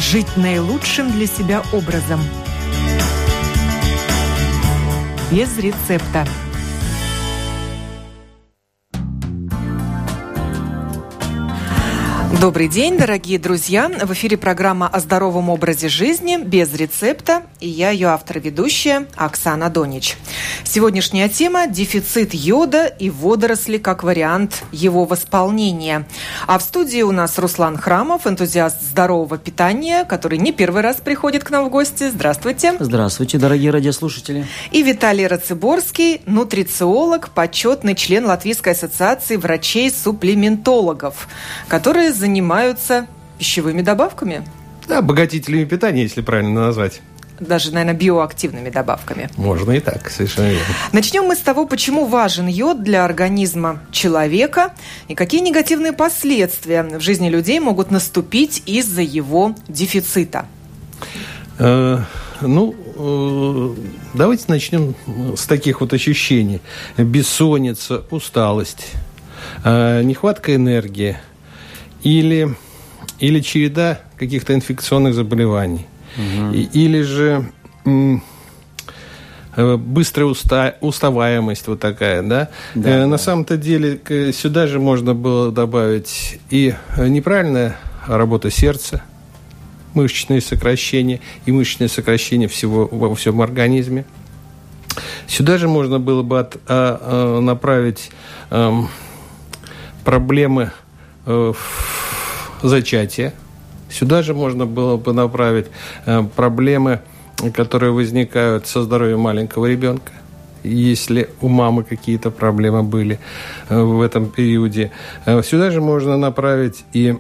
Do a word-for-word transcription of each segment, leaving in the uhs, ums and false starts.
жить наилучшим для себя образом. Без рецепта. Добрый день, дорогие друзья! В эфире программа о здоровом образе жизни без рецепта, и я ее автор-ведущая Оксана Донич. Сегодняшняя тема – дефицит йода и водоросли как вариант его восполнения. А в студии у нас Руслан Храмов, энтузиаст здорового питания, который не первый раз приходит к нам в гости. Здравствуйте! Здравствуйте, дорогие радиослушатели! И Виталий Рациборский, нутрициолог, почетный член Латвийской ассоциации врачей-суплементологов, которые занимаются пищевыми добавками. Да, обогатителями питания, если правильно назвать. Даже, наверное, биоактивными добавками. Можно и так, совершенно верно. Начнем мы с того, почему важен йод для организма человека и какие негативные последствия в жизни людей могут наступить из-за его дефицита. Э, ну, э, давайте начнем с таких вот ощущений. Бессонница, усталость, э, нехватка энергии или, или череда каких-то инфекционных заболеваний. Угу. Или же м, быстрая уста, уставаемость вот такая, да? Да, э, да. На самом-то деле сюда же можно было добавить и неправильная работа сердца, мышечные сокращения и мышечные сокращения всего во всем организме. Сюда же можно было бы от, а, а, направить а, проблемы а, зачатия. Сюда же можно было бы направить э, проблемы, которые возникают со здоровьем маленького ребенка, если у мамы какие-то проблемы были э, в этом периоде. Э, сюда же можно направить и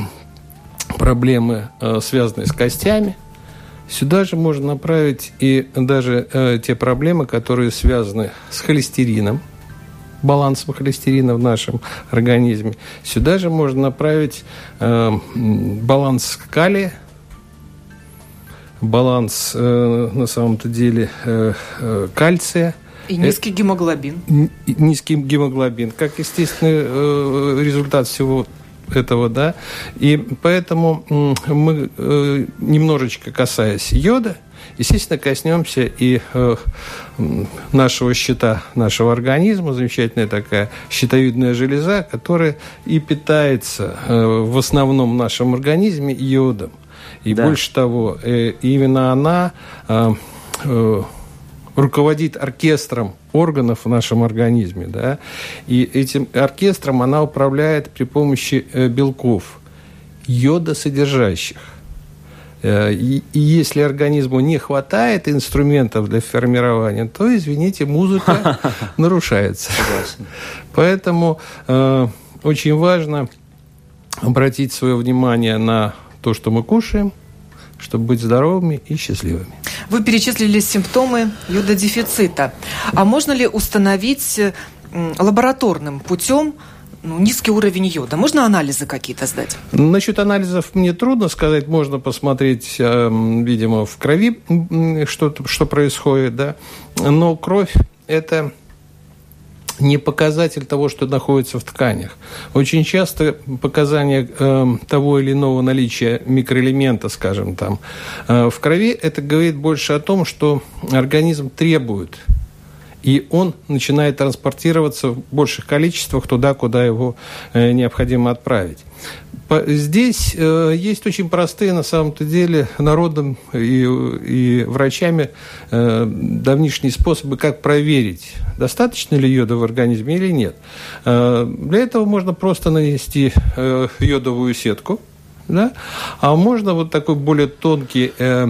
проблемы, э, связанные с костями. Сюда же можно направить и даже э, те проблемы, которые связаны с холестерином, балансом холестерина в нашем организме. Сюда же можно направить э, баланс калия, баланс э, на самом-то деле э, э, кальция. И низкий Это, гемоглобин. Низкий гемоглобин, как естественный э, результат всего этого, да. И поэтому э, мы, э, немножечко касаясь йода, естественно, коснемся и э, нашего щита, нашего организма, замечательная такая щитовидная железа, которая и питается э, в основном в нашем организме йодом. И да. Больше того, э, именно она э, э, руководит оркестром органов в нашем организме, да, и этим оркестром она управляет при помощи э, белков, йодосодержащих. И, и если организму не хватает инструментов для формирования, то, извините, музыка нарушается. Поэтому э, очень важно обратить свое внимание на то, что мы кушаем, чтобы быть здоровыми и счастливыми. Вы перечислили симптомы йододефицита. А можно ли установить лабораторным путем Ну, низкий уровень йода? Можно анализы какие-то сдать? Насчет анализов мне трудно сказать. Можно посмотреть, видимо, в крови, что, что происходит, да. Но кровь – это не показатель того, что находится в тканях. Очень часто показания э, того или иного наличия микроэлемента, скажем, там, э, в крови, это говорит больше о том, что организм требует, и он начинает транспортироваться в больших количествах туда, куда его э, необходимо отправить. По, здесь э, есть очень простые, на самом-то деле, народом и, и врачами э, давнишние способы, как проверить, достаточно ли йода в организме или нет. Э, для этого можно просто нанести э, йодовую сетку, да? А можно вот такой более тонкий э,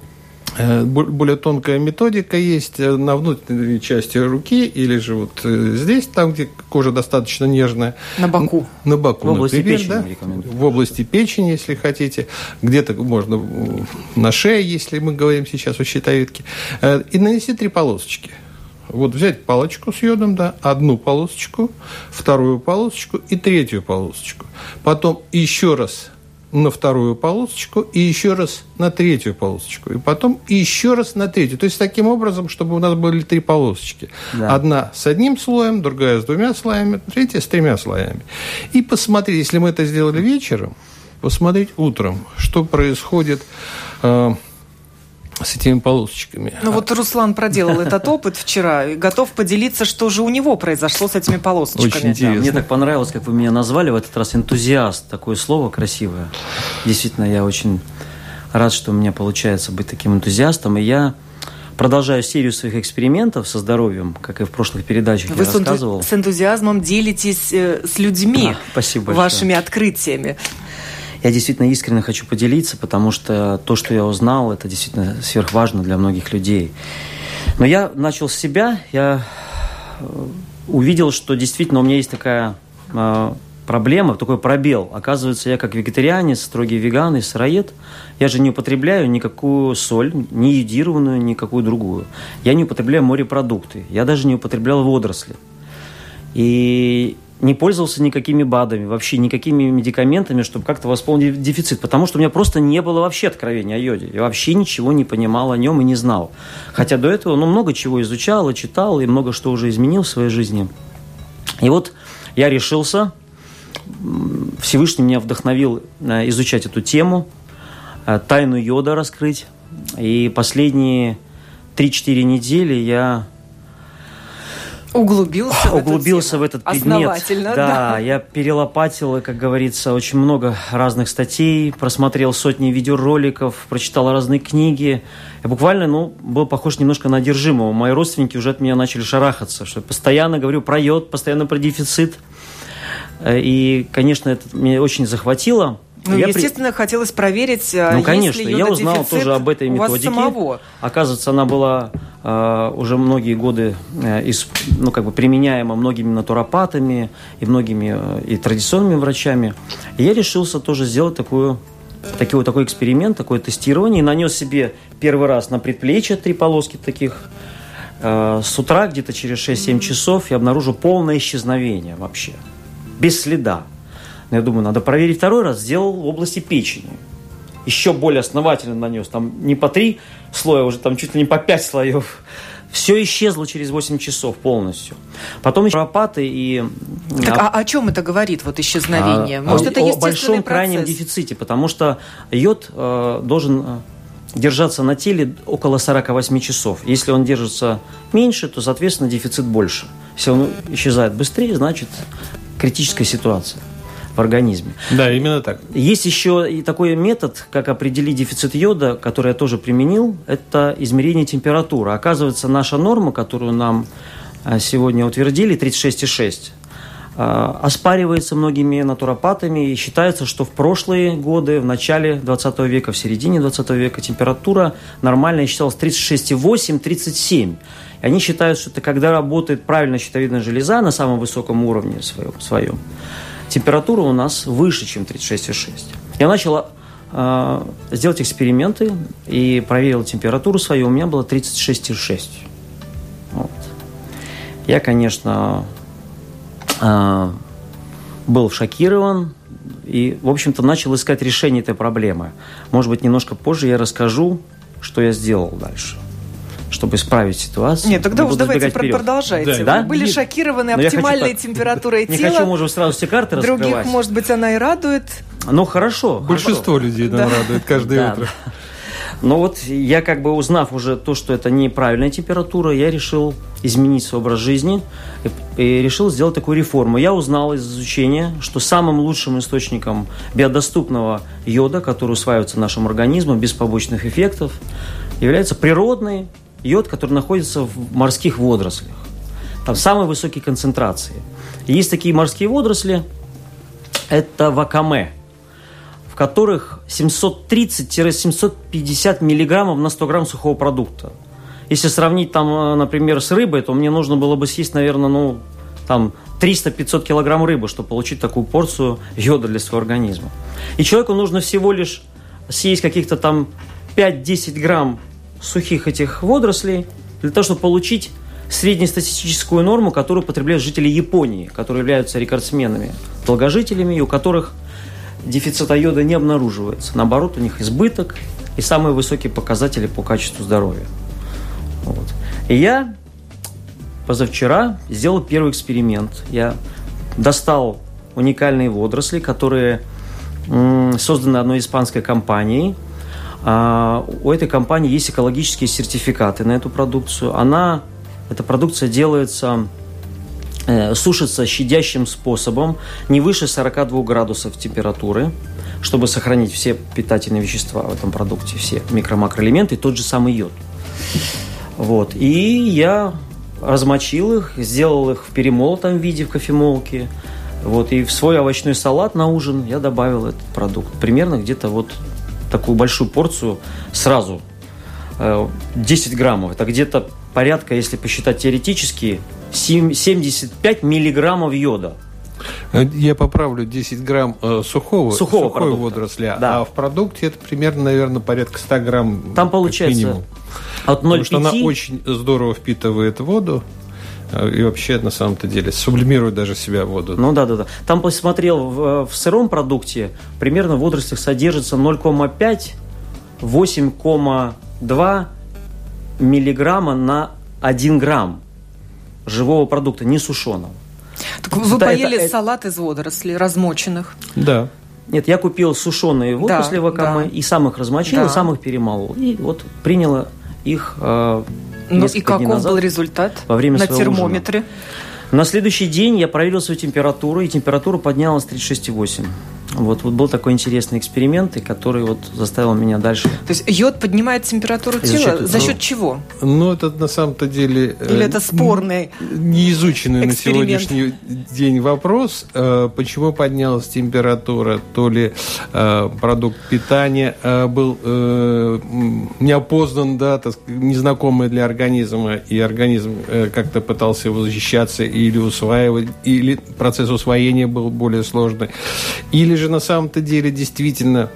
более тонкая методика есть на внутренней части руки или же вот здесь, там, где кожа достаточно нежная. На боку. На боку, в области например, печени, да? рекомендую. В области печени, если хотите. Где-то можно на шее, если мы говорим сейчас о щитовидке. И нанести три полосочки. Вот взять палочку с йодом, да, одну полосочку, вторую полосочку и третью полосочку. Потом еще раз на вторую полосочку и еще раз на третью полосочку. И потом еще раз на третью. То есть таким образом, чтобы у нас были три полосочки. Да. Одна с одним слоем, другая с двумя слоями, третья с тремя слоями. И посмотри, если мы это сделали вечером, посмотреть утром, что происходит э, с этими полосочками. Ну вот Руслан проделал этот опыт вчера и готов поделиться, что же у него произошло с этими полосочками. Очень интересно. Да, мне так понравилось, как вы меня назвали в этот раз, энтузиаст. Такое слово красивое. Действительно, я очень рад, что у меня получается быть таким энтузиастом. И я продолжаю серию своих экспериментов со здоровьем, как и в прошлых передачах Вы я рассказывал. С энтузиазмом делитесь с людьми, а, спасибо большое. Вашими открытиями. Я действительно искренне хочу поделиться, потому что то, что я узнал, это действительно сверхважно для многих людей. Но я начал с себя, я увидел, что действительно у меня есть такая э, проблема, такой пробел. Оказывается, я как вегетарианец, строгий веган и сыроед, я же не употребляю никакую соль, ни йодированную, никакую другую. Я не употребляю морепродукты, я даже не употреблял водоросли. И не пользовался никакими БАДами, вообще никакими медикаментами, чтобы как-то восполнить дефицит, потому что у меня просто не было вообще откровения о йоде. Я вообще ничего не понимал о нем и не знал. Хотя до этого ну, много чего изучал и читал, и много что уже изменил в своей жизни. И вот я решился, Всевышний меня вдохновил изучать эту тему, тайну йода раскрыть. И последние три-четыре недели я Углубился, Углубился в, в этот предмет. Основательно, да, да. Я перелопатил, как говорится, очень много разных статей, просмотрел сотни видеороликов, прочитал разные книги. Я буквально, ну, был похож немножко на одержимого. Мои родственники уже от меня начали шарахаться, что я постоянно говорю про йод, постоянно про дефицит. И, конечно, это меня очень захватило. Ну, я естественно, при... хотелось проверить, ну, конечно, есть ли я узнал тоже об этой методике. Самого. Оказывается, она была э, уже многие годы э, из, ну, как бы применяема многими натуропатами и многими э, и традиционными врачами. И я решился тоже сделать такую, такой, такой эксперимент, такое тестирование. И нанес себе первый раз на предплечье три полоски таких. Э, с утра, где-то через шесть-семь часов, я обнаружил полное исчезновение вообще. Без следа. Я думаю, надо проверить второй раз. Сделал в области печени. Еще более основательно нанес. Там не по три слоя, уже там чуть ли не по пять слоев. Все исчезло через восемь часов полностью. Потом еще натуропаты и... Так, а о чем это говорит, вот исчезновение? Может, а, это о, естественный о большом процесс? крайнем дефиците, потому что йод э, должен держаться на теле около сорок восемь часов. Если он держится меньше, то, соответственно, дефицит больше. Если он исчезает быстрее, значит, критическая ситуация в организме. Да, именно так. Есть еще и такой метод, как определить дефицит йода, который я тоже применил, это измерение температуры. Оказывается, наша норма, которую нам сегодня утвердили, тридцать шесть и шесть, оспаривается многими натуропатами и считается, что в прошлые годы, в начале двадцатого века, в середине двадцатого века температура нормальная считалась тридцать шесть и восемь - тридцать семь. И они считают, что это когда работает правильно щитовидная железа на самом высоком уровне своем, своем, температура у нас выше, чем тридцать шесть и шесть. Я начал э, сделать эксперименты и проверил температуру свою. У меня было тридцать шесть и шесть. Вот. Я, конечно, э, был шокирован и, в общем-то, начал искать решение этой проблемы. Может быть, немножко позже я расскажу, что я сделал дальше, чтобы исправить ситуацию. Нет, тогда не уж давайте вперед. продолжайте. Да. Вы были Нет. шокированы Но оптимальной хочу, температурой не тела. Не хочу, может, сразу все карты Других, раскрывать. может быть, она и радует. Ну, хорошо. Большинство хорошо. людей нам Да. радует каждое Да, утро. да. Но вот я, как бы узнав уже то, что это неправильная температура, я решил изменить свой образ жизни и, и решил сделать такую реформу. Я узнал из изучения, что самым лучшим источником биодоступного йода, который усваивается нашим организмом без побочных эффектов, является природный йод, который находится в морских водорослях. Там самые высокие концентрации. И есть такие морские водоросли, это вакаме, в которых семьсот тридцать - семьсот пятьдесят миллиграммов на сто грамм сухого продукта. Если сравнить, там, например, с рыбой, то мне нужно было бы съесть, наверное, ну, там, триста-пятьсот килограмм рыбы, чтобы получить такую порцию йода для своего организма. И человеку нужно всего лишь съесть каких-то там пять-десять грамм сухих этих водорослей для того, чтобы получить среднестатистическую норму, которую потребляют жители Японии, которые являются рекордсменами, долгожителями, и у которых дефицита йода не обнаруживается. Наоборот, у них избыток и самые высокие показатели по качеству здоровья. Вот. И я позавчера сделал первый эксперимент. Я достал уникальные водоросли, которые созданы одной испанской компанией. У этой компании есть экологические сертификаты на эту продукцию. Она, эта продукция делается, сушится щадящим способом, не выше сорок два градусов температуры, чтобы сохранить все питательные вещества в этом продукте, все микро-макроэлементы и тот же самый йод. Вот. И я размочил их, сделал их в перемолотом виде в кофемолке. Вот. И в свой овощной салат на ужин я добавил этот продукт. Примерно где-то вот такую большую порцию сразу. десять граммов. Это где-то порядка, если посчитать теоретически, семьдесят пять миллиграммов йода. Я поправлю, десять грамм э, сухого, сухого сухой водоросли, да. А в продукте это примерно, наверное, порядка сто грамм. Там получается от ноль целых пять. Потому что она очень здорово впитывает воду и вообще, на самом-то деле, сублимирует даже себя в воду. Ну да-да-да. Там посмотрел, в, в сыром продукте примерно в водорослях содержится ноль целых пять - восемь целых два миллиграмма на один грамм живого продукта, не сушеного. Так вы да, поели это, салат из водорослей, размоченных? Да. Нет, я купил сушеные водоросли да, вакаме да. и сам их размочил, да. сам их перемолол. И вот приняла их э, ну и каков назад, был результат во время на термометре? Ужина. На следующий день я проверил свою температуру, и температура поднялась тридцать шесть целых восемь. Вот, вот был такой интересный эксперимент, который вот заставил меня дальше. То есть йод поднимает температуру тела? За счет чего? Ну, это на самом-то деле... Или это спорный неизученный на сегодняшний день вопрос. Почему поднялась температура? То ли продукт питания был неопознан, да, незнакомый для организма, и организм как-то пытался его защищаться или усваивать, или процесс усвоения был более сложный. Или же на самом-то деле действительно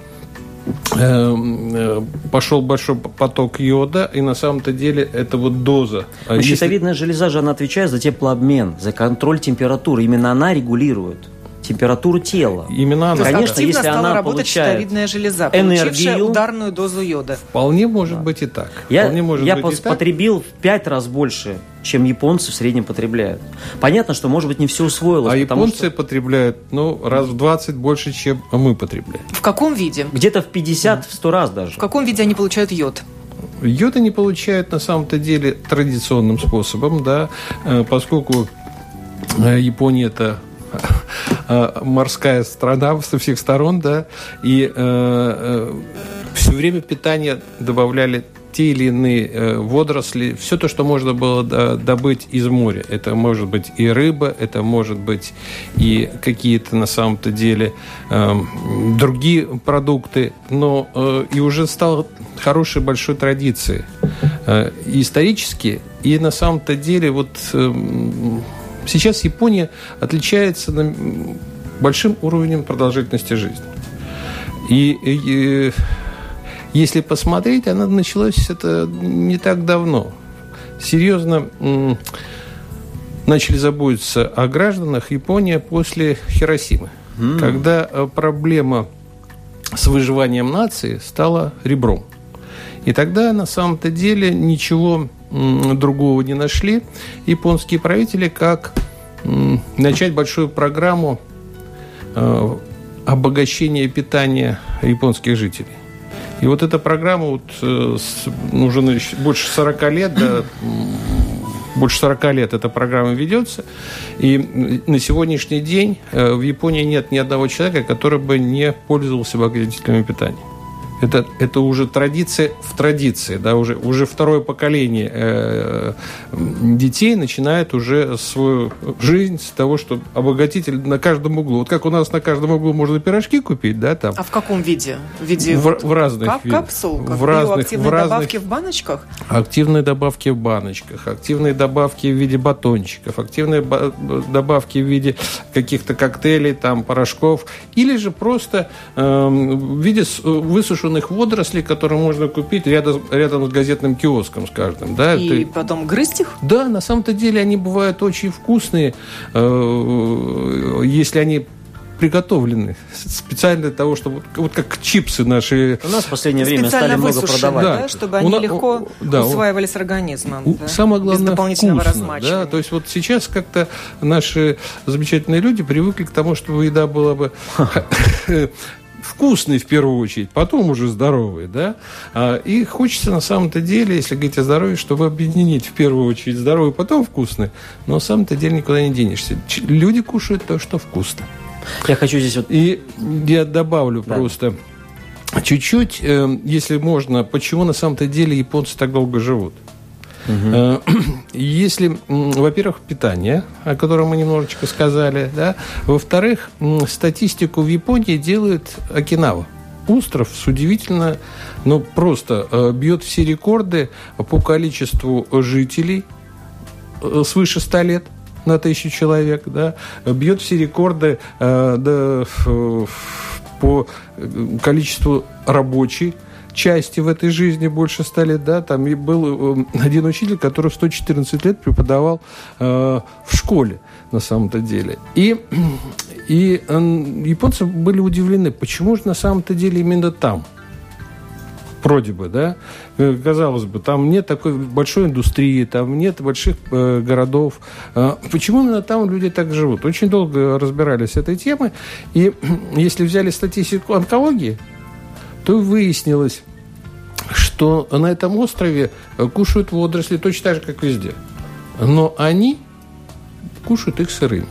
э, пошел большой поток йода, и на самом-то деле это вот доза. Но щитовидная Если... железа же, она отвечает за теплообмен, за контроль температуры. Именно она регулирует температуру тела. Именно она. Конечно, да. Если она работать щитовидная железа, получившая ударную дозу йода. Вполне может да. быть и так. Я, может я быть пос- и так. потребил в пять раз больше, чем японцы в среднем потребляют. Понятно, что, может быть, не все усвоилось. А японцы что... потребляют, ну, раз в двадцать больше, чем мы потребляем. В каком виде? Где-то в пятьдесят, в сто раз даже. В каком виде они получают йод? Йод они получают, на самом-то деле, традиционным способом, да, поскольку Япония – это морская страна со всех сторон, да, и э, э, все время питания добавляли те или иные э, водоросли, все то, что можно было да, добыть из моря. Это может быть и рыба, это может быть и какие-то на самом-то деле э, другие продукты, но э, и уже стало хорошей большой традицией э, и исторически, и на самом-то деле вот э, сейчас Япония отличается большим уровнем продолжительности жизни. И, и если посмотреть, она началась это не так давно. Серьезно м- начали заботиться о гражданах Японии после Хиросимы, mm. когда проблема с выживанием нации стала ребром. И тогда на самом-то деле ничего другого не нашли японские правители, как начать большую программу обогащения питания японских жителей. И вот эта программа вот, уже больше сорок лет, да, больше сорок лет эта программа ведется, и на сегодняшний день в Японии нет ни одного человека, который бы не пользовался обогащителями питания. Это, это уже традиция в традиции, да, уже, уже второе поколение э, детей начинает уже свою жизнь с того, что обогатитель на каждом углу. Вот как у нас на каждом углу можно пирожки купить, да, там. А в каком виде? В виде в, в разных кап- видах. Капсулках? В разных, активные в разных, добавки в баночках? Активные добавки в баночках, активные добавки в виде батончиков, активные ба- добавки в виде каких-то коктейлей, там, порошков, или же просто э, в виде высушенных водорослей, которые можно купить рядом, рядом с газетным киоском, скажем. Да? И Ты... потом грызть их? Да, на самом-то деле они бывают очень вкусные, э, если они приготовлены специально для того, чтобы вот как чипсы наши. У нас в последнее время стали много продавать, да, чтобы они у, легко да, усваивались организмом. У, да? Самое главное, без дополнительного вкусно, размачивания. Да? То есть вот сейчас как-то наши замечательные люди привыкли к тому, чтобы еда была бы вкусный в первую очередь, потом уже здоровый, да. И хочется на самом-то деле, если говорить о здоровье, чтобы объединить в первую очередь здоровый, потом вкусный, но на самом-то деле никуда не денешься. Люди кушают то, что вкусно. Я хочу здесь вот... И я добавлю да. просто чуть-чуть, если можно, почему на самом-то деле японцы так долго живут. Угу. Если, во-первых, питание, о котором мы немножечко сказали, да, во-вторых, статистику в Японии делает Окинава. Остров с удивительно, ну, просто бьет все рекорды по количеству жителей свыше ста лет на тысячу человек, да, бьет все рекорды да, по количеству рабочих части в этой жизни больше ста лет, да, там и был один учитель, который в сто четырнадцать лет преподавал э, в школе, на самом-то деле. И, и э, японцы были удивлены, почему же на самом-то деле именно там, вроде бы, да, казалось бы, там нет такой большой индустрии, там нет больших э, городов. Э, почему именно там люди так живут? Очень долго разбирались с этой темой, и если взяли статистику онкологии, то выяснилось, что на этом острове кушают водоросли точно так же, как везде. Но они кушают их сырыми.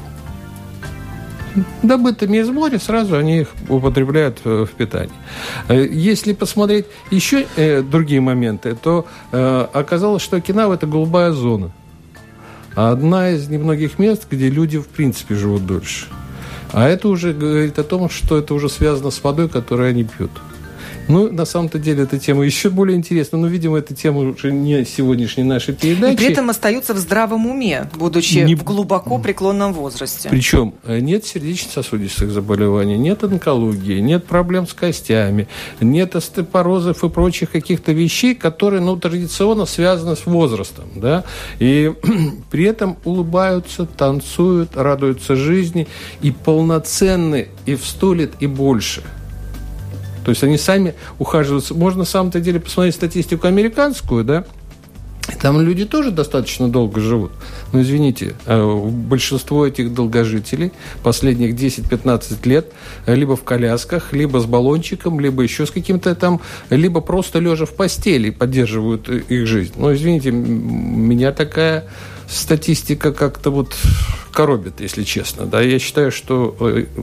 Добытыми из моря, сразу они их употребляют в питании. Если посмотреть еще другие моменты, то оказалось, что Окинава – это голубая зона. Одна из немногих мест, где люди, в принципе, живут дольше. А это уже говорит о том, что это уже связано с водой, которую они пьют. Ну, на самом-то деле, эта тема еще более интересна, но, видимо, эта тема уже не сегодняшней нашей передачи. И при этом остаются в здравом уме, будучи не... в глубоко преклонном возрасте. Причем нет сердечно-сосудистых заболеваний, нет онкологии, нет проблем с костями, нет остеопорозов и прочих каких-то вещей, которые, ну, традиционно связаны с возрастом, да, и при этом улыбаются, танцуют, радуются жизни и полноценны и в сто лет, и больше. То есть они сами ухаживаются. Можно на самом-то деле посмотреть статистику американскую, да? Там люди тоже достаточно долго живут. Но, извините, большинство этих долгожителей последних десять-пятнадцать лет либо в колясках, либо с баллончиком, либо еще с каким-то там, либо просто лежа в постели поддерживают их жизнь. Но, извините, меня такая статистика как-то вот коробит, если честно. Да? Я считаю, что...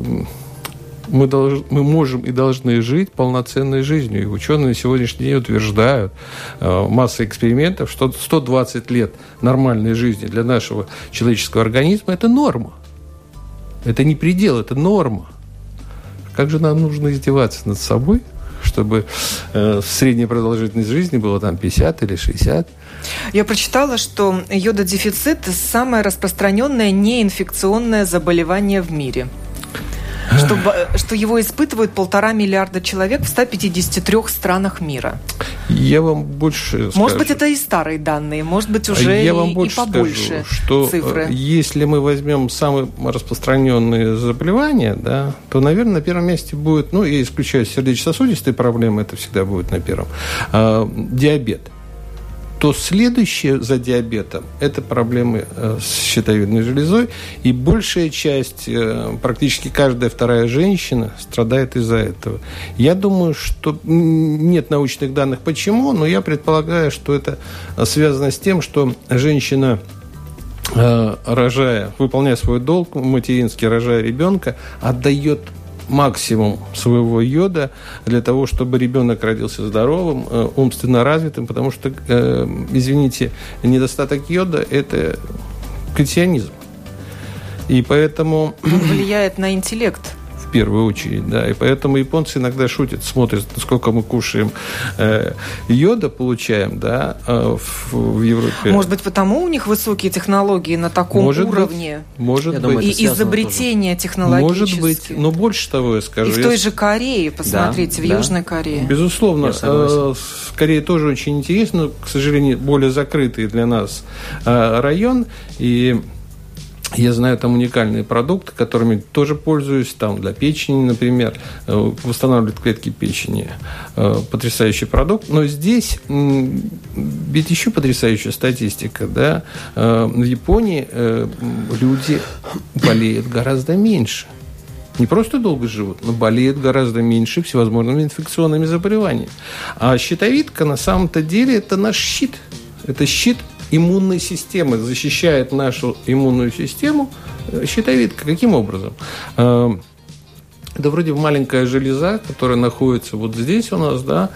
Мы, долж, мы можем и должны жить полноценной жизнью. И ученые на сегодняшний день утверждают, э, масса экспериментов, что сто двадцать лет нормальной жизни для нашего человеческого организма – это норма. Это не предел, это норма. Как же нам нужно издеваться над собой, чтобы э, средняя продолжительность жизни была там пятьдесят или шестьдесят? Я прочитала, что йододефицит – самое распространенное неинфекционное заболевание в мире. Что, что его испытывают полтора миллиарда человек в ста пятидесяти трёх странах мира. Я вам больше Может скажу. быть, это и старые данные, может быть, уже Я и, вам больше и побольше скажу, что цифры. Если мы возьмем самые распространенные заболевания, да, то, наверное, на первом месте будет, ну, я исключаю сердечно-сосудистые проблемы, это всегда будет на первом, а, диабет. То следующее за диабетом – это проблемы с щитовидной железой, и большая часть, практически каждая вторая женщина страдает из-за этого. Я думаю, что нет научных данных почему, но я предполагаю, что это связано с тем, что женщина, рожая, выполняя свой долг материнский, рожая ребенка, отдает максимум своего йода для того, чтобы ребенок родился здоровым, э, умственно развитым, потому что, э, извините, недостаток йода – это кретинизм. И поэтому… Он влияет на интеллект. В первую очередь, да. И поэтому японцы иногда шутят, смотрят, сколько мы кушаем э, йода, получаем, да, э, в, в Европе. Может быть, потому у них высокие технологии на таком может уровне? Быть, может я быть. Думаю, и изобретения тоже. Технологические. Может быть. Но больше того я скажу. И в той же Корее, посмотрите, да, в да. Южной Корее. Безусловно. Э, Корея тоже очень интересно, но, к сожалению, более закрытый для нас э, район. И я знаю там уникальные продукты, которыми тоже пользуюсь, там для печени, например, восстанавливают клетки печени. Потрясающий продукт. Но здесь ведь еще потрясающая статистика, да? В Японии люди болеют гораздо меньше. не просто долго живут, но болеют гораздо меньше всевозможными инфекционными заболеваниями. А щитовидка на самом-то деле это наш щит. Это щит иммунной системы, защищает нашу иммунную систему. Щитовидка каким образом? Это вроде маленькая железа, которая находится вот здесь у нас, да,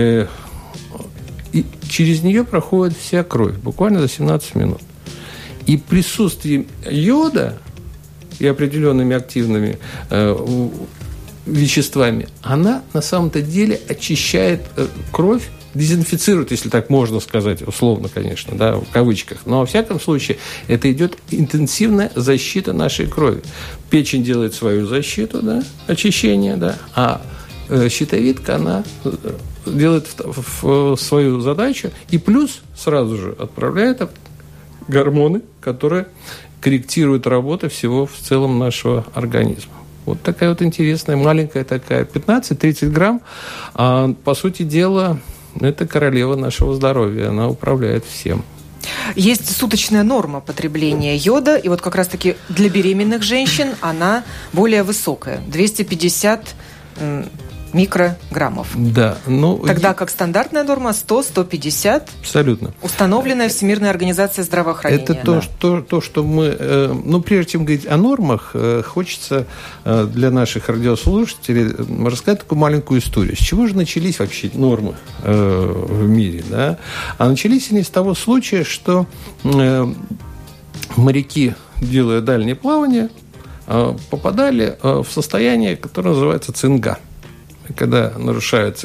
и через нее проходит вся кровь, буквально за семнадцать минут. И присутствием йода и определенными активными э, веществами, она на самом-то деле очищает э, кровь, дезинфицирует, если так можно сказать, условно, конечно, да, в кавычках. Но, во всяком случае, это идет интенсивная защита нашей крови. Печень делает свою защиту, да, очищение, да, а э, щитовидка, она делает в, в, в свою задачу и плюс сразу же отправляет гормоны, которые корректируют работу всего в целом нашего организма. Вот такая вот интересная, маленькая такая, пятнадцать-тридцать грамм. А, по сути дела, это королева нашего здоровья. Она управляет всем. Есть суточная норма потребления йода, и вот как раз-таки для беременных женщин она более высокая, двести пятьдесят микрограммов. Да. Ну, Тогда как стандартная норма сто - сто пятьдесят. Абсолютно. Установленная Всемирной организацией здравоохранения. Это то, да. что, то, что мы... Э, ну, прежде чем говорить о нормах, э, хочется э, для наших радиослушателей рассказать такую маленькую историю. С чего же начались вообще нормы э, в мире? Да? А начались они с того случая, что э, моряки, делая дальние плавания, э, попадали э, в состояние, которое называется цинга. Когда нарушается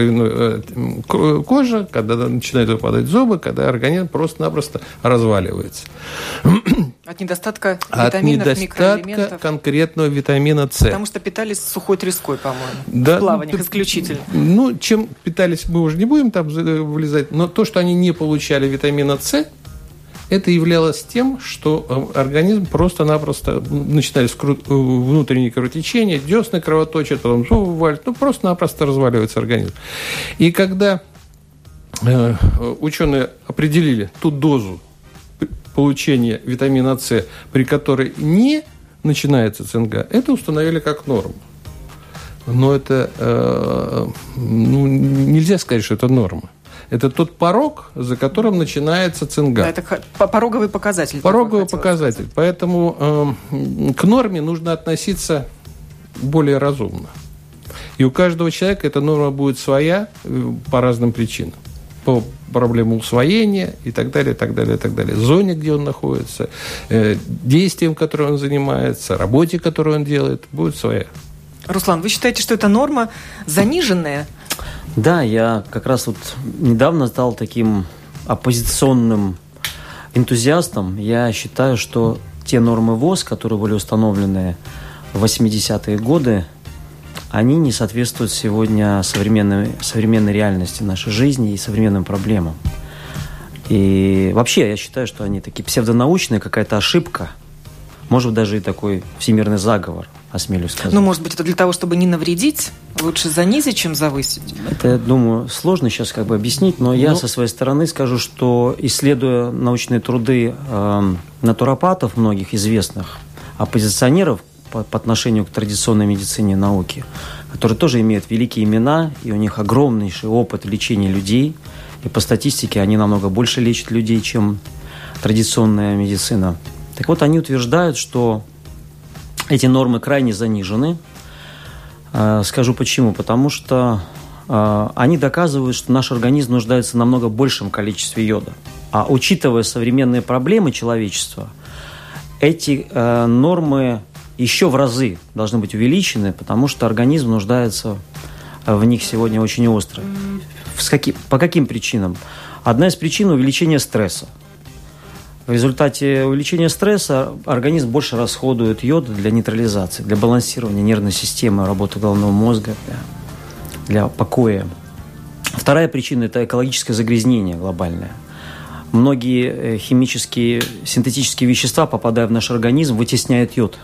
кожа, когда начинают выпадать зубы, когда организм просто-напросто разваливается. От недостатка От витаминов, недостатка микроэлементов. конкретного витамина С. Потому что питались сухой треской, по-моему, да, в плаваниях ну, исключительно. Ну, чем питались, мы уже не будем там влезать, но то, что они не получали витамина С, это являлось тем, что организм просто-напросто начинали внутренние кровотечения, десны кровоточат, потом зубы валят, ну, просто-напросто разваливается организм. И когда э, ученые определили ту дозу получения витамина С, при которой не начинается цинга, это установили как норму. Но это э, ну, нельзя сказать, что это норма. Это тот порог, за которым начинается цинга. Да, это пороговый показатель. Пороговый показатель. Сказать. Поэтому э, к норме нужно относиться более разумно. И у каждого человека эта норма будет своя э, по разным причинам. По проблемам усвоения и так далее, и так далее, и так далее. Зоне, где он находится, э, действием, которым он занимается, работе, которую он делает, будет своя. Руслан, вы считаете, что это норма заниженная? Да, я как раз вот недавно стал таким оппозиционным энтузиастом. Я считаю, что те нормы ВОЗ, которые были установлены в восьмидесятые годы, они не соответствуют сегодня современной, современной реальности нашей жизни и современным проблемам. И вообще я считаю, что они такие псевдонаучные, какая-то ошибка, может быть, даже и такой всемирный заговор, осмелюсь сказать. Ну, может быть, это для того, чтобы не навредить? Лучше занизить, чем завысить? Это, я думаю, сложно сейчас как бы объяснить, но ну, я со своей стороны скажу, что, исследуя научные труды э, натуропатов, многих известных оппозиционеров по, по отношению к традиционной медицине и науке, которые тоже имеют великие имена, и у них огромнейший опыт лечения людей, и по статистике они намного больше лечат людей, чем традиционная медицина. Так вот, они утверждают, что эти нормы крайне занижены. Скажу почему. Потому что они доказывают, что наш организм нуждается в намного большем количестве йода. А учитывая современные проблемы человечества, эти нормы еще в разы должны быть увеличены, потому что организм нуждается в них сегодня очень остро. По каким причинам? Одна из причин – увеличение стресса. В результате увеличения стресса организм больше расходует йод для нейтрализации, для балансирования нервной системы, работы головного мозга, для, для покоя. Вторая причина – это экологическое загрязнение глобальное. Многие химические, синтетические вещества, попадая в наш организм, вытесняют йод.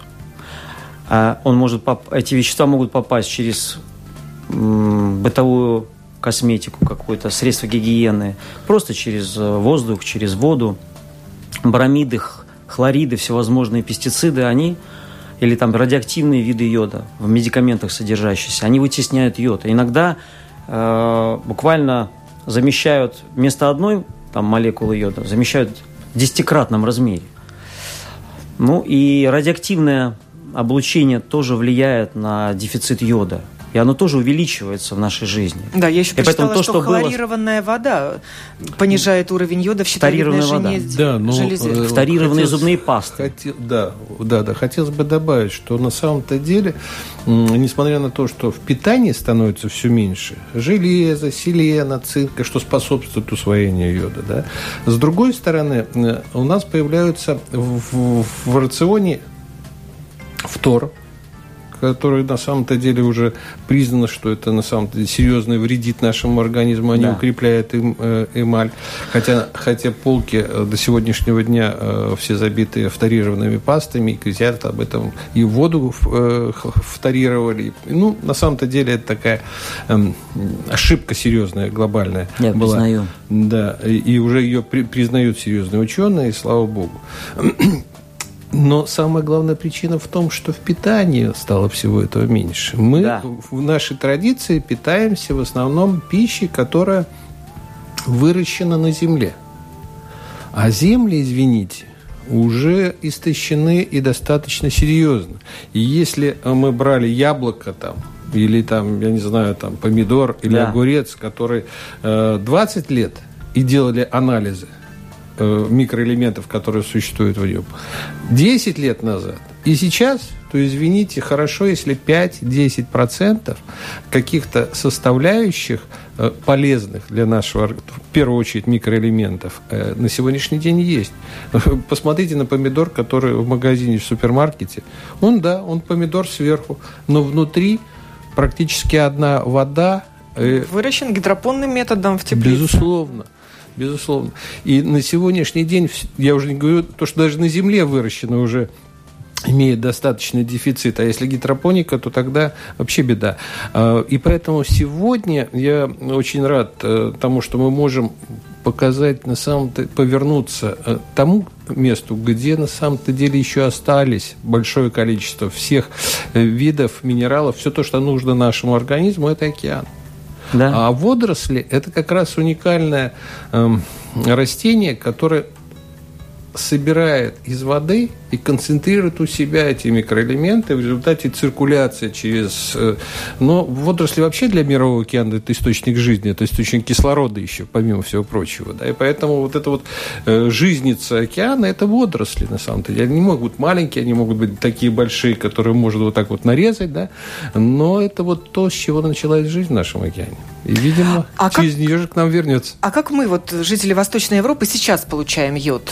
Он может, эти вещества могут попасть через м, бытовую косметику, какое-то средство гигиены, просто через воздух, через воду. Бромиды, хлориды, всевозможные пестициды, они или там радиоактивные виды йода в медикаментах содержащиеся, они вытесняют йод. И иногда э, буквально замещают вместо одной там, молекулы йода, замещают в десятикратном размере. Ну и радиоактивное облучение тоже влияет на дефицит йода. И оно тоже увеличивается в нашей жизни. Да, я еще прочитала, то, что, что хлорированная было... вода понижает уровень йода в щитовидной железе. Да, но, железе. Фторированные хотелось, зубные пасты. Хотел, да, да, да. Хотелось бы добавить, что на самом-то деле, несмотря на то, что в питании становится все меньше, железа, селена, цинка, что способствует усвоению йода, да, с другой стороны, у нас появляются в, в, в рационе фтор, который на самом-то деле уже признано, что это на самом деле серьезно вредит нашему организму, а не да. укрепляет эм, э, эмаль. Хотя, хотя полки до сегодняшнего дня э, все забиты фторированными пастами, и крестьяне об этом и воду э, фторировали. Ну, на самом-то деле это такая э, ошибка серьезная, глобальная. Я была. признаю. Да, и, и уже ее при, признают серьезные ученые, и слава богу. Но самая главная причина в том, что в питании стало всего этого меньше. Мы да. в нашей традиции питаемся в основном пищей, которая выращена на земле. А земли, извините, уже истощены и достаточно серьезно. И если мы брали яблоко там, или там, я не знаю, там помидор или да. огурец, который э, двадцать лет и делали анализы микроэлементов, которые существуют в нем, десять лет назад и сейчас, то, извините, хорошо, если пять-десять процентов каких-то составляющих полезных для нашего, в первую очередь, микроэлементов на сегодняшний день есть. Посмотрите на помидор, который в магазине, в супермаркете. Он, да, он помидор сверху, но внутри практически одна вода. Выращен гидропонным методом в теплице. Безусловно. Безусловно. И на сегодняшний день, я уже не говорю, то, что даже на земле выращено уже имеет достаточный дефицит. А если гидропоника, то тогда вообще беда. И поэтому сегодня я очень рад тому, что мы можем показать, на самом-то, повернуться к тому месту, где на самом-то деле еще остались большое количество всех видов минералов. Все то, что нужно нашему организму, это океан. Да. А водоросли – это как раз уникальное э, растение, которое собирает из воды и концентрирует у себя эти микроэлементы в результате циркуляции через... Но водоросли вообще для Мирового океана – это источник жизни, это источник кислорода еще, помимо всего прочего. Да? И поэтому вот эта вот жизница океана – это водоросли, на самом-то деле. Они не могут быть маленькие, они могут быть такие большие, которые можно вот так вот нарезать, да? Но это вот то, с чего началась жизнь в нашем океане. И, видимо, а через как... нее же к нам вернется. А как мы, вот, жители Восточной Европы, сейчас получаем йод?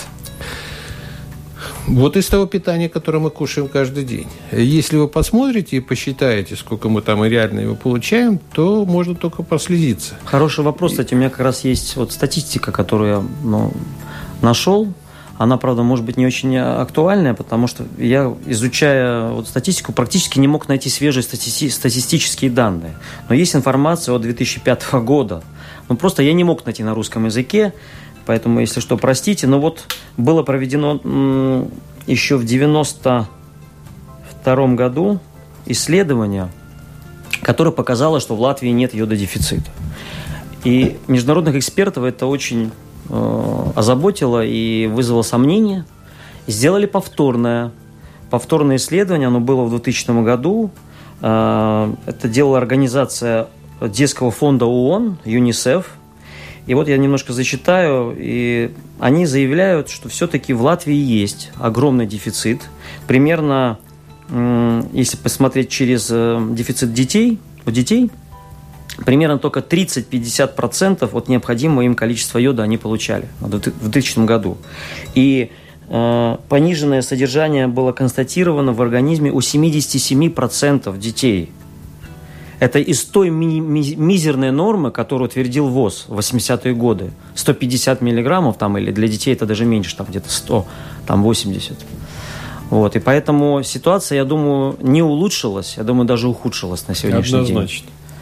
Вот из того питания, которое мы кушаем каждый день. Если вы посмотрите и посчитаете, сколько мы там и реально его получаем, то можно только прослезиться. Хороший вопрос, кстати. У меня как раз есть вот статистика, которую я ну, нашел. Она, правда, может быть, не очень актуальная, потому что я, изучая вот статистику, практически не мог найти свежие стати- статистические данные. Но есть информация от две тысячи пятого года. Ну, просто я не мог найти на русском языке. Поэтому, если что, простите. Но вот было проведено м, еще в девяносто втором году исследование, которое показало, что в Латвии нет йододефицита. И международных экспертов это очень э, озаботило и вызвало сомнения. Сделали повторное, повторное исследование, оно было в двухтысячном году. Э, это делала организация детского фонда ООН, ЮНИСЕФ. И вот я немножко зачитаю, и они заявляют, что все-таки в Латвии есть огромный дефицит. Примерно, если посмотреть через дефицит детей, у детей, примерно только тридцать-пятьдесят процентов от необходимого им количества йода они получали в двухтысячном году. И э, пониженное содержание было констатировано в организме у семьдесят семь процентов детей. Это из той ми- ми- мизерной нормы, которую утвердил ВОЗ в восьмидесятые годы. сто пятьдесят миллиграммов, там, или для детей это даже меньше, там где-то сто, там восемьдесят. Вот, и поэтому ситуация, я думаю, не улучшилась, я думаю, даже ухудшилась на сегодняшний Однозначно. день.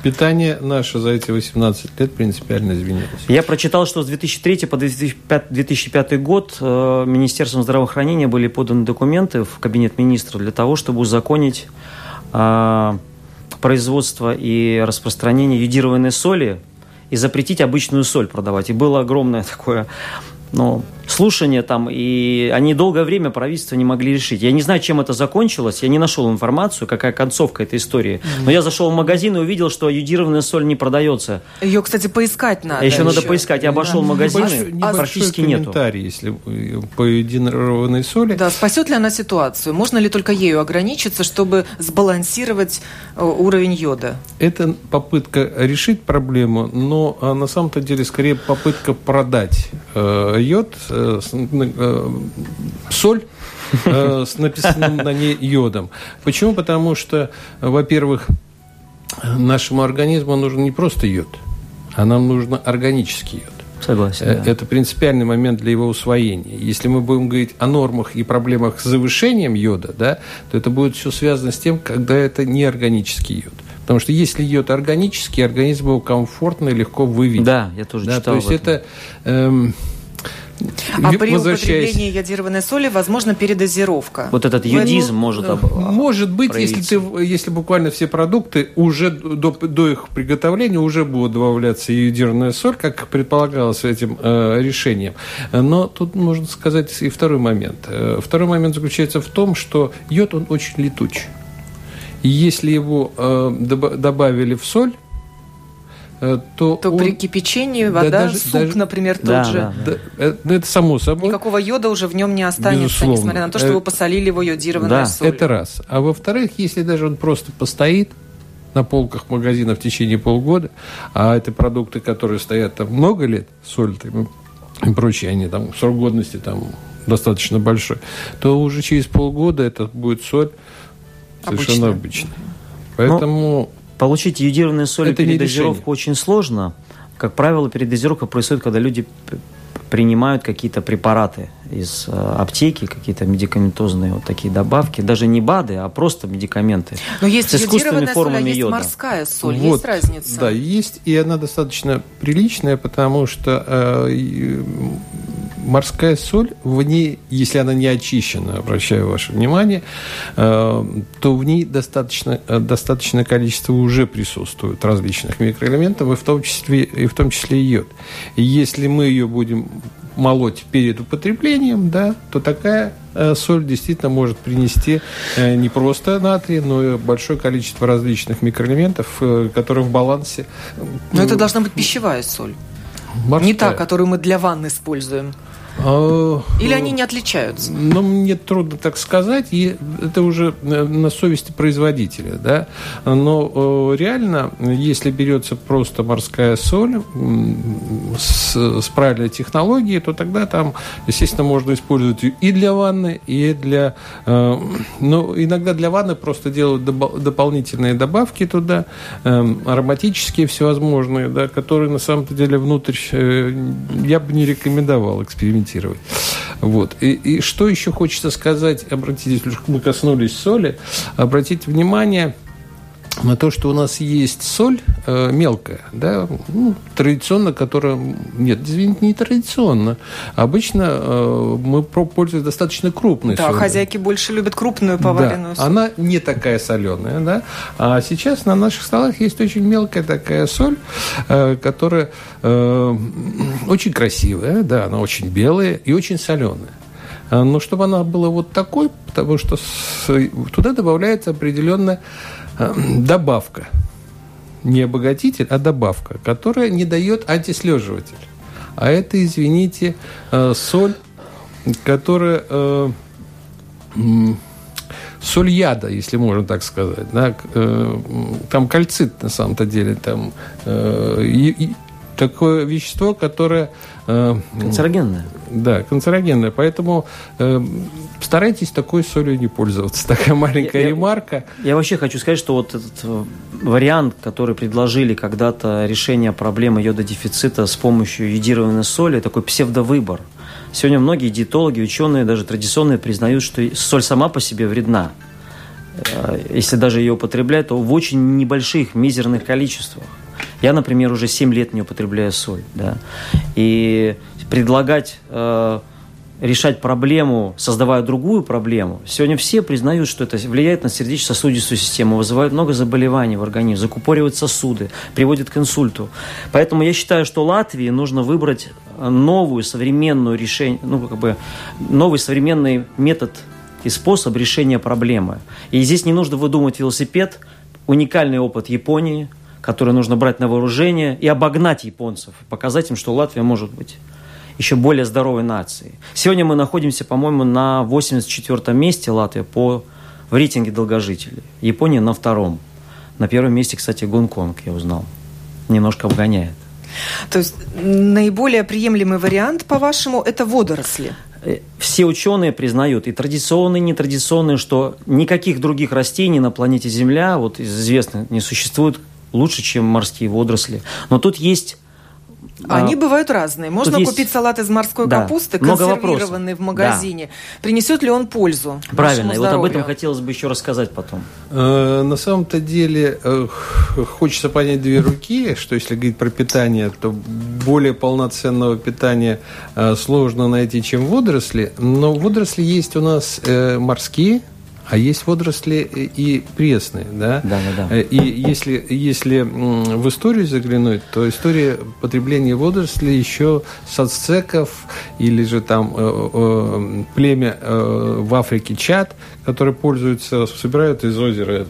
Питание наше за эти восемнадцать лет принципиально изменилось. Я прочитал, что с две тысячи третьего по две тысячи пятый год э, Министерством здравоохранения были поданы документы в Кабинет министров для того, чтобы узаконить э, производство и распространение йодированной соли и запретить обычную соль продавать. И было огромное такое... Ну, слушание там, и они долгое время правительство не могли решить. Я не знаю, чем это закончилось, я не нашел информацию, какая концовка этой истории. Но я зашел в магазин и увидел, что йодированная соль не продается. Ее, кстати, поискать надо. А еще, еще надо поискать. Я обошел да. магазины, небольшой, практически нету. Комментарий, если по йодированной соли. Да, спасет ли она ситуацию? Можно ли только ею ограничиться, чтобы сбалансировать уровень йода? Это попытка решить проблему, но на самом-то деле скорее попытка продать э, йод, э, э, соль э, с написанным на ней йодом. Почему? Потому что, во-первых, нашему организму нужен не просто йод, а нам нужен органический йод. Согласен. Да. Это принципиальный момент для его усвоения. Если мы будем говорить о нормах и проблемах с завышением йода, да, то это будет все связано с тем, когда это не органический йод. Потому что если йод органический, организм его комфортно и легко выведет. Да, я тоже да, читал. То есть это... Эм, А при употреблении йодированной соли возможно передозировка. Вот этот йодизм ну, может об... Может быть, если, ты, если буквально все продукты уже до, до их приготовления уже будут добавляться йодированная соль, как предполагалось этим э, решением. Но тут можно сказать и второй момент. Второй момент заключается в том, что йод, он очень летуч. И если его э, добавили в соль, то, то он... при кипячении вода, да, даже, суп, даже... например, тот да, же. Да, да. Да, это само собой. Никакого йода уже в нем не останется, безусловно. Несмотря на то, что вы посолили его йодированной да, солью. Это раз. А во-вторых, если даже он просто постоит на полках магазина в течение полгода, а это продукты, которые стоят там много лет, соль там, и прочее, они там срок годности там достаточно большой, то уже через полгода это будет соль совершенно обычная. Поэтому... Но... Получить йодированную соль и передозировку очень сложно. Как правило, передозировка происходит, когда люди принимают какие-то препараты из э, аптеки, какие-то медикаментозные вот такие добавки. Даже не БАДы, а просто медикаменты. Но есть с искусственными формами соль, а есть йода. Морская соль. Вот, есть разница? Да, есть. И она достаточно приличная, потому что э, морская соль, в ней, если она не очищена, обращаю ваше внимание, э, то в ней достаточно, достаточное количество уже присутствует различных микроэлементов, и в том числе и, в том числе и йод. И если мы ее будем молоть перед употреблением, да, то такая э, соль действительно может принести э, не просто натрий, но и большое количество различных микроэлементов, э, которые в балансе. Но э, это должна быть пищевая соль. Морская. Не та, которую мы для ванны используем. Или они не отличаются? Ну, мне трудно так сказать, и это уже на совести производителя, да. Но реально, если берется просто морская соль с, с правильной технологией, то тогда там, естественно, можно использовать и для ванны, и для... Но иногда для ванны просто делают дополнительные добавки туда, ароматические всевозможные, да, которые на самом деле внутрь я бы не рекомендовал экспериментировать. Вот. И, и что еще хочется сказать, обратите, мы коснулись соли, обратите внимание на то, что у нас есть соль э, мелкая, да, ну, традиционно, которая... Нет, извините, не традиционно. Обычно э, мы пользуемся достаточно крупной да, солью. Да, хозяйки больше любят крупную поваренную да, соль. Она не такая соленая, да. А сейчас на наших столах есть очень мелкая такая соль, э, которая э, очень красивая, да, она очень белая и очень соленая. Но чтобы она была вот такой, потому что с, туда добавляется определенная добавка. Не обогатитель, а добавка, которая не дает антислеживатель. А это, извините, соль, которая... Соль яда, если можно так сказать. Да? Там кальцит, на самом-то деле. Там, и, и такое вещество, которое... Канцерогенное. Да, канцерогенное. Поэтому э, старайтесь такой солью не пользоваться. Такая маленькая я, ремарка. Я, я вообще хочу сказать, что вот этот вариант, который предложили когда-то решение проблемы йододефицита с помощью йодированной соли, такой псевдовыбор. Сегодня многие диетологи, ученые, даже традиционные, признают, что соль сама по себе вредна. если даже ее употреблять, то в очень небольших, мизерных количествах. Я, например, уже семь лет не употребляю соль. Да? И предлагать э, решать проблему, создавая другую проблему, сегодня все признают, что это влияет на сердечно-сосудистую систему, вызывает много заболеваний в организме, закупоривает сосуды, приводит к инсульту. Поэтому я считаю, что Латвии нужно выбрать новую современную решение, ну, как бы, новый современный метод и способ решения проблемы. И здесь не нужно выдумывать велосипед, уникальный опыт Японии, который нужно брать на вооружение и обогнать японцев, показать им, что Латвия может быть еще более здоровой нацией. Сегодня мы находимся, по-моему, на восемьдесят четвёртом месте Латвии по, в рейтинге долгожителей. Япония на втором. На первом месте, кстати, Гонконг, я узнал. Немножко обгоняет. То есть наиболее приемлемый вариант, по-вашему, это водоросли? Все ученые признают, и традиционные, и нетрадиционные, что никаких других растений на планете Земля, вот из известных, не существует лучше, чем морские водоросли. Но тут есть... Они а, бывают разные. Можно есть... купить салат из морской да, капусты, консервированный в магазине. Да. Принесет ли он пользу? Правильно, и вот об этом хотелось бы еще рассказать потом. Э, на самом-то деле э, хочется понять две руки, что если говорить про питание, то более полноценного питания э, сложно найти, чем водоросли. Но водоросли есть у нас э, морские, а есть водоросли и пресные, да? Да, да, да. И если, если в историю заглянуть, то история потребления водорослей еще с ацтеков или же там э, э, племя э, в Африке Чад, которые пользуются, собирают из озера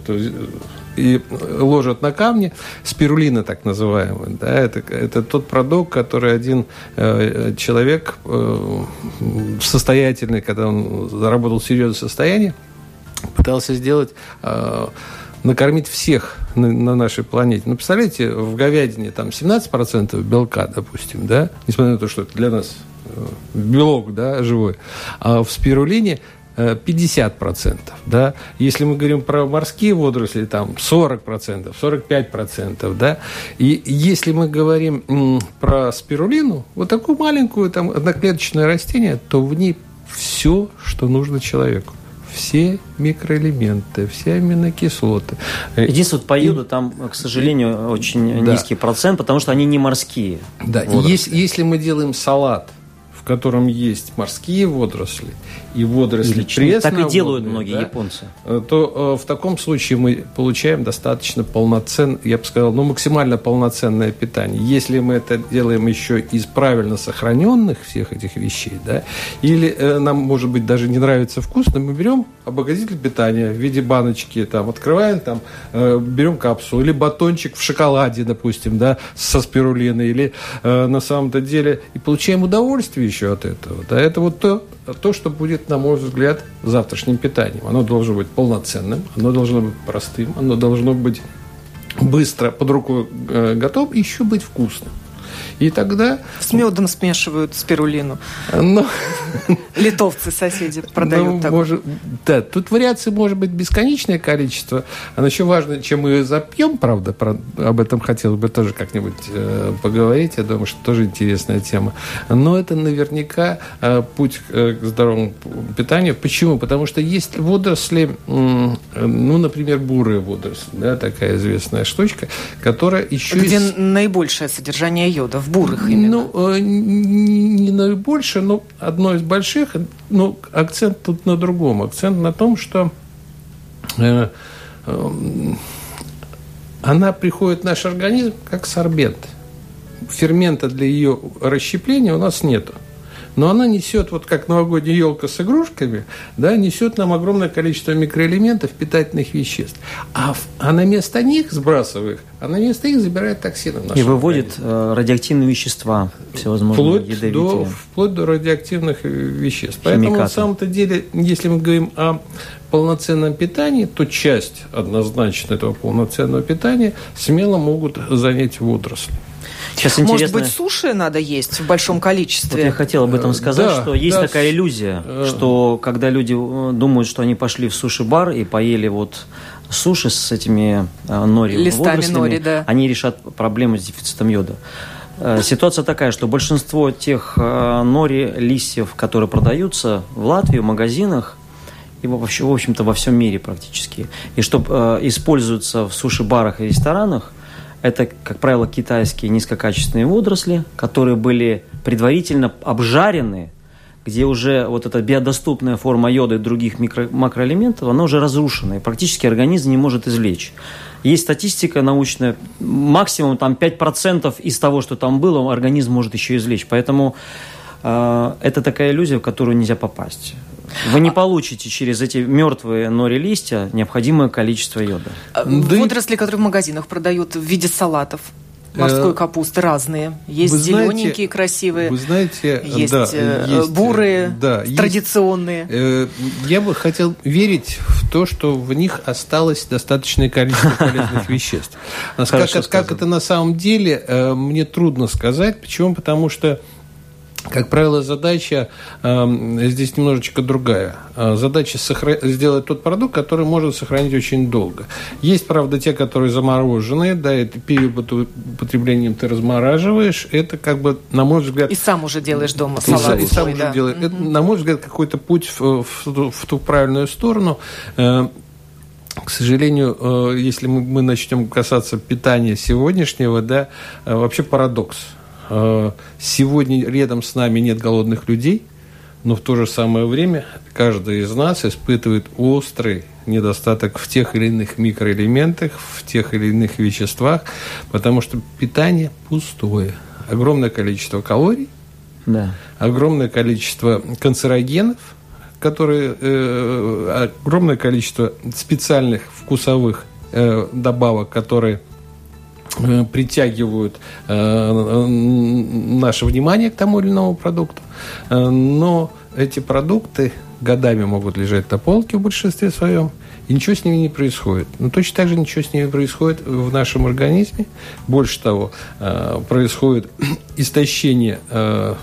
и ложат на камни, спирулина так называемая. Да? Это, это тот продукт, который один э, человек э, состоятельный, когда он заработал серьезное состояние, пытался сделать, э, накормить всех на, на нашей планете. Ну, представляете, в говядине там семнадцать процентов белка, допустим, да, несмотря на то, что это для нас э, белок, да, живой, а в спирулине э, пятьдесят процентов, да. Если мы говорим про морские водоросли, там сорок процентов, сорок пять процентов, да. И если мы говорим м, про спирулину, вот такую маленькую там одноклеточное растение, то в ней все, что нужно человеку. Все микроэлементы, все аминокислоты. Единственное, вот по йоду там, к сожалению, очень да. низкий процент, потому что они не морские. Да, если, если мы делаем салат, в котором есть морские водоросли и водоросли пресноводные, так и делают многие да, японцы, то э, в таком случае мы получаем достаточно полноценное, я бы сказал, ну, максимально полноценное питание. Если мы это делаем еще из правильно сохраненных всех этих вещей, да, или э, нам, может быть, даже не нравится вкус, но мы берем обогатитель питания в виде баночки, там, открываем, там, э, берем капсулу, или батончик в шоколаде, допустим, да, со спирулиной, или э, на самом-то деле, и получаем удовольствие еще от этого. Да, это вот то, то, что будет, на мой взгляд, завтрашним питанием. Оно должно быть полноценным, оно должно быть простым, оно должно быть быстро под рукой э, готов, и еще быть вкусным. И тогда... С медом смешивают спирулину. Но... Литовцы, соседи, продают ну, так. Может, да, тут вариаций может быть бесконечное количество. А еще важно, чем мы ее запьем, правда, про, об этом хотелось бы тоже как-нибудь э, поговорить. Я думаю, что тоже интересная тема. Но это наверняка э, путь э, к здоровому питанию. Почему? Потому что есть водоросли, э, ну, например, бурые водоросли, да, такая известная штучка, которая еще... Где из... наибольшее содержание йода, в бурых именно. Ну, э, не, не наибольшее, но одно из больших. Но акцент тут на другом. Акцент на том, что э, э, она приходит в наш организм как сорбент. Фермента для ее расщепления у нас нету. Но она несет, вот как новогодняя елка с игрушками, да, несет нам огромное количество микроэлементов, питательных веществ. А, в, а на место них сбрасывая их, а на место их забирает токсины. И выводит э, радиоактивные вещества, всевозможные вплоть ядовитые. До, вплоть до радиоактивных веществ. Поэтому Химикаты. На самом-то деле, если мы говорим о полноценном питании, то часть однозначно этого полноценного питания смело могут занять водоросли. Сейчас Может интересно... быть, суши надо есть в большом количестве? Вот я хотел об этом сказать, да, что есть да, такая иллюзия, э... что когда люди думают, что они пошли в суши-бар и поели вот суши с этими нори, листами водорослями, нори, да. они решат проблему с дефицитом йода. Ситуация такая, что большинство тех нори, листьев, которые продаются в Латвии в магазинах, и вообще, в общем-то, во всем мире практически. И что э, используются в суши-барах и ресторанах, это, как правило, китайские низкокачественные водоросли, которые были предварительно обжарены, где уже вот эта биодоступная форма йода и других микро- макроэлементов, она уже разрушена, и практически организм не может извлечь. Есть статистика научная, максимум там пять процентов из того, что там было, организм может еще извлечь. Поэтому э, это такая иллюзия, в которую нельзя попасть. Вы не получите через эти мертвые нори-листья необходимое количество йода. Водоросли, которые в магазинах продают в виде салатов. Морской капусты разные. Есть вы зелененькие, знаете, красивые. Вы знаете, есть, да, есть бурые, да, традиционные. Есть, я бы хотел верить в то, что в них осталось достаточное количество полезных веществ. Как, как это на самом деле, мне трудно сказать. Почему? Потому что, как правило, задача э, здесь немножечко другая. Задача сохра... сделать тот продукт, который можно сохранить очень долго. Есть, правда, те, которые замороженные, да, это период употребления ты размораживаешь, это как бы, на мой взгляд... И сам уже делаешь дома салат. И, и сам уже делаешь. Это, на мой взгляд, какой-то путь в, в, в ту правильную сторону. Э, К сожалению, э, если мы, мы начнем касаться питания сегодняшнего, да, э, вообще парадокс. Сегодня рядом с нами нет голодных людей, но в то же самое время каждый из нас испытывает острый недостаток в тех или иных микроэлементах, в тех или иных веществах, потому что питание пустое. Огромное количество калорий, да. Огромное количество канцерогенов, которые, э, огромное количество специальных вкусовых э, добавок, которые притягивают э, наше внимание к тому или иному продукту. Э, но эти продукты годами могут лежать на полке в большинстве своем, и ничего с ними не происходит. Но точно так же ничего с ними происходит в нашем организме. Больше того, э, происходит истощение э,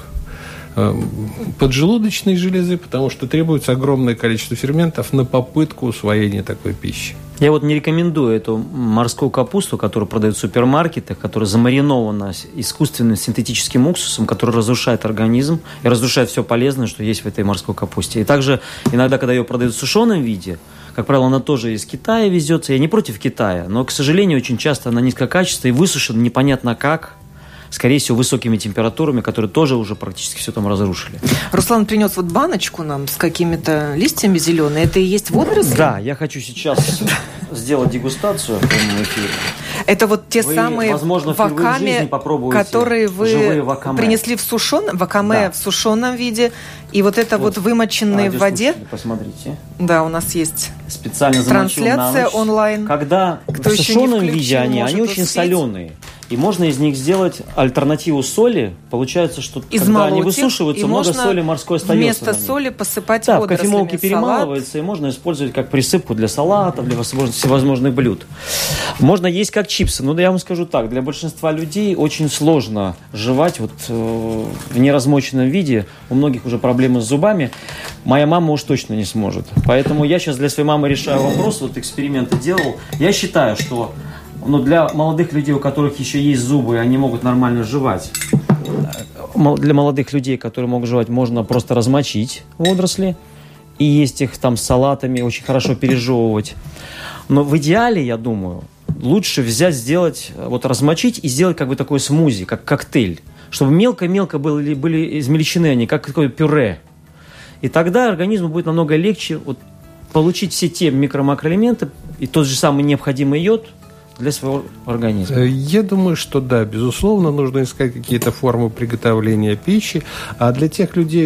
поджелудочной железы, потому что требуется огромное количество ферментов на попытку усвоения такой пищи. Я вот не рекомендую эту морскую капусту, которую продают в супермаркетах, которая замаринована искусственным синтетическим уксусом, который разрушает организм и разрушает все полезное, что есть в этой морской капусте. И также иногда, когда ее продают в сушеном виде, как правило, она тоже из Китая везется. Я не против Китая, но, к сожалению, очень часто она низкокачественная и высушена непонятно как. Скорее всего, высокими температурами, которые тоже уже практически все там разрушили. Руслан принес вот баночку нам с какими-то листьями зелеными. Это и есть водоросли? Да, я хочу сейчас сделать дегустацию в прямом эфире. Это вот те вы, самые возможно, вакаме, которые вы принесли в сушеном, вакаме да. в сушеном виде. И вот это вот, вот вымоченные в воде. Посмотрите. Да, у нас есть специально трансляция онлайн. Когда Кто в сушеном виде они, они очень соленые. И можно из них сделать альтернативу соли. Получается, что когда они высушиваются, много соли морской остается. Вместо соли посыпать да, водорослями. в кофемолке перемалывается, и можно использовать как присыпку для салатов, для всевозможных блюд. Можно есть как чипсы. Но я вам скажу так, для большинства людей очень сложно жевать вот, э, в неразмоченном виде. У многих уже проблемы с зубами. Моя мама уж точно не сможет. Поэтому я сейчас для своей мамы решаю вопрос, вот эксперименты делал. Я считаю, что но для молодых людей, у которых еще есть зубы, и они могут нормально жевать, для молодых людей, которые могут жевать, можно просто размочить водоросли и есть их там с салатами, очень хорошо пережевывать. Но в идеале, я думаю, лучше взять, сделать, вот размочить и сделать как бы такой смузи, как коктейль, чтобы мелко-мелко были, были измельчены они, как такое пюре. И тогда организму будет намного легче вот, получить все те микро-макроэлементы и тот же самый необходимый йод для своего организма. Я думаю, что да, безусловно, нужно искать какие-то формы приготовления пищи. А для тех людей,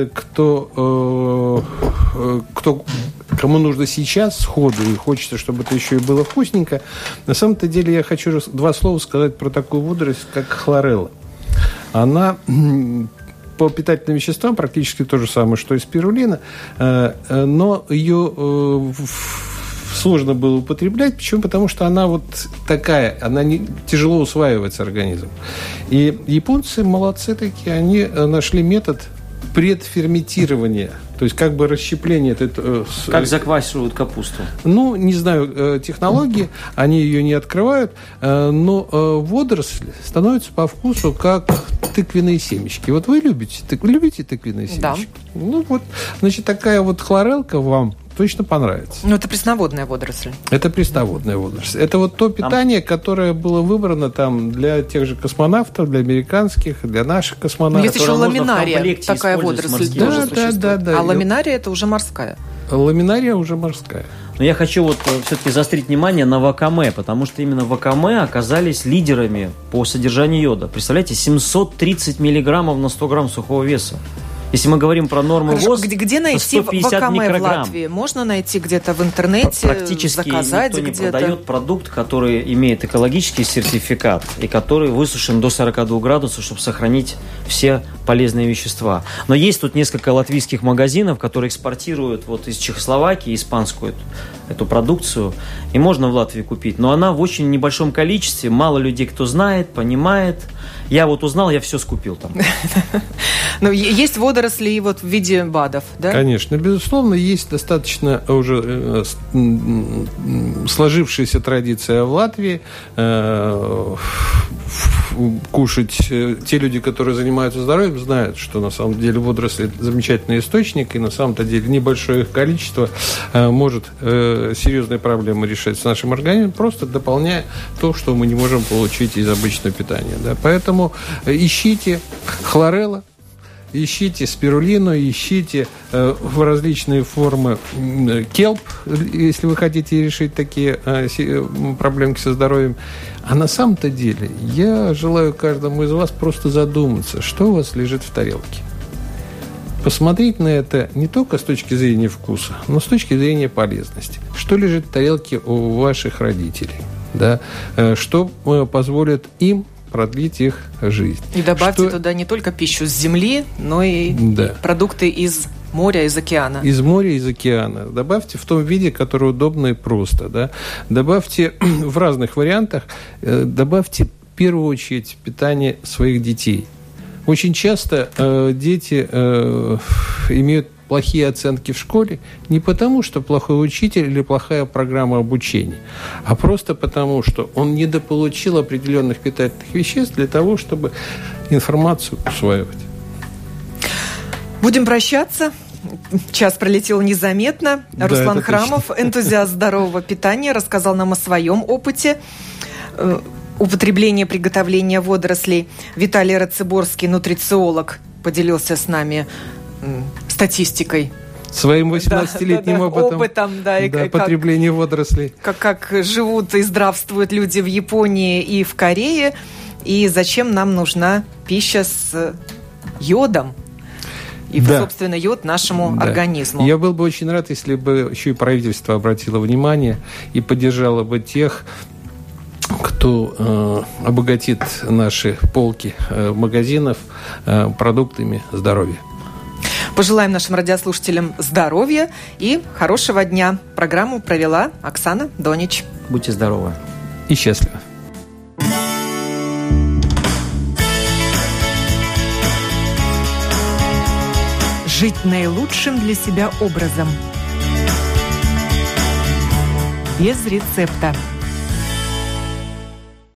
кто, кто, кому нужно сейчас сходу и хочется, чтобы это еще и было вкусненько, на самом-то деле я хочу два слова сказать про такую водоросль, как хлорелла. Она по питательным веществам практически то же самое, что и спирулина, но ее сложно было употреблять. Почему? Потому что она вот такая, она не, тяжело усваивается организмом. И японцы молодцы такие, они нашли метод предферментирования, то есть как бы расщепление. Это, как заквашивают капусту? Ну, не знаю технологии, они ее не открывают, но водоросли становятся по вкусу как тыквенные семечки. Вот вы любите, тык, любите тыквенные семечки? Да. Ну вот, значит, такая вот хлорелка вам точно понравится. Ну, это пресноводная водоросль. Это пресноводная водоросль. Это вот то питание, там... которое было выбрано там для тех же космонавтов, для американских, для наших космонавтов. Есть еще ламинария, такая водоросль. Да, да, да, да. А ламинария это уже морская. Ламинария уже морская. Но я хочу вот все-таки заострить внимание на вакаме, потому что именно вакаме оказались лидерами по содержанию йода. Представляете, семьсот тридцать миллиграммов на сто грамм сухого веса. Если мы говорим про нормы Хорошо, ВОЗ, где, где найти вакаме микрограмм. в Латвии? Можно найти где-то в интернете, практически заказать никто не где-то? Продает продукт, который имеет экологический сертификат и который высушен до сорок два градуса, чтобы сохранить все полезные вещества. Но есть тут несколько латвийских магазинов, которые экспортируют вот из Чехословакии испанскую эту, эту продукцию, и можно в Латвии купить. Но она в очень небольшом количестве, мало людей кто знает, понимает. Я вот узнал, я все скупил там. Ну, есть водоросли вот в виде БАДов, да? Конечно, безусловно, есть достаточно уже сложившаяся традиция в Латвии кушать. Те люди, которые занимаются здоровьем, знают, что на самом деле водоросли – замечательный источник, и на самом-то деле небольшое их количество может серьезные проблемы решать с нашим организмом, просто дополняя то, что мы не можем получить из обычного питания. Да? Поэтому ищите хлорелла, ищите спирулину, ищите э, в различные формы э, келп, если вы хотите решить такие э, си, проблемки со здоровьем. А на самом-то деле я желаю каждому из вас просто задуматься, что у вас лежит в тарелке. Посмотреть на это не только с точки зрения вкуса, но с точки зрения полезности. Что лежит в тарелке у ваших родителей? Да? Э, что э, позволит им продлить их жизнь. И добавьте что... туда не только пищу с земли, но и да. продукты из моря, из океана. Из моря, из океана. Добавьте в том виде, который удобно и просто. Да? Добавьте в разных вариантах, добавьте в первую очередь питание своих детей. Очень часто э, дети э, имеют плохие оценки в школе не потому, что плохой учитель или плохая программа обучения, а просто потому, что он недополучил определенных питательных веществ для того, чтобы информацию усваивать. Будем прощаться. Час пролетел незаметно. Да, Руслан Храмов, энтузиаст здорового питания, рассказал нам о своем опыте употребления, приготовления водорослей. Виталий Рациборский, нутрициолог, поделился с нами статистикой. Своим восемнадцатилетним да, да, опытом, опытом да, и да, как, потребления водорослей. Как, как живут и здравствуют люди в Японии и в Корее, и зачем нам нужна пища с йодом. И, да. собственно, йод нашему да. организму. Я был бы очень рад, если бы еще и правительство обратило внимание и поддержало бы тех, кто э, обогатит наши полки э, магазинов э, продуктами здоровья. Пожелаем нашим радиослушателям здоровья и хорошего дня. Программу провела Оксана Донич. Будьте здоровы. И счастливы. Жить наилучшим для себя образом. Без рецепта.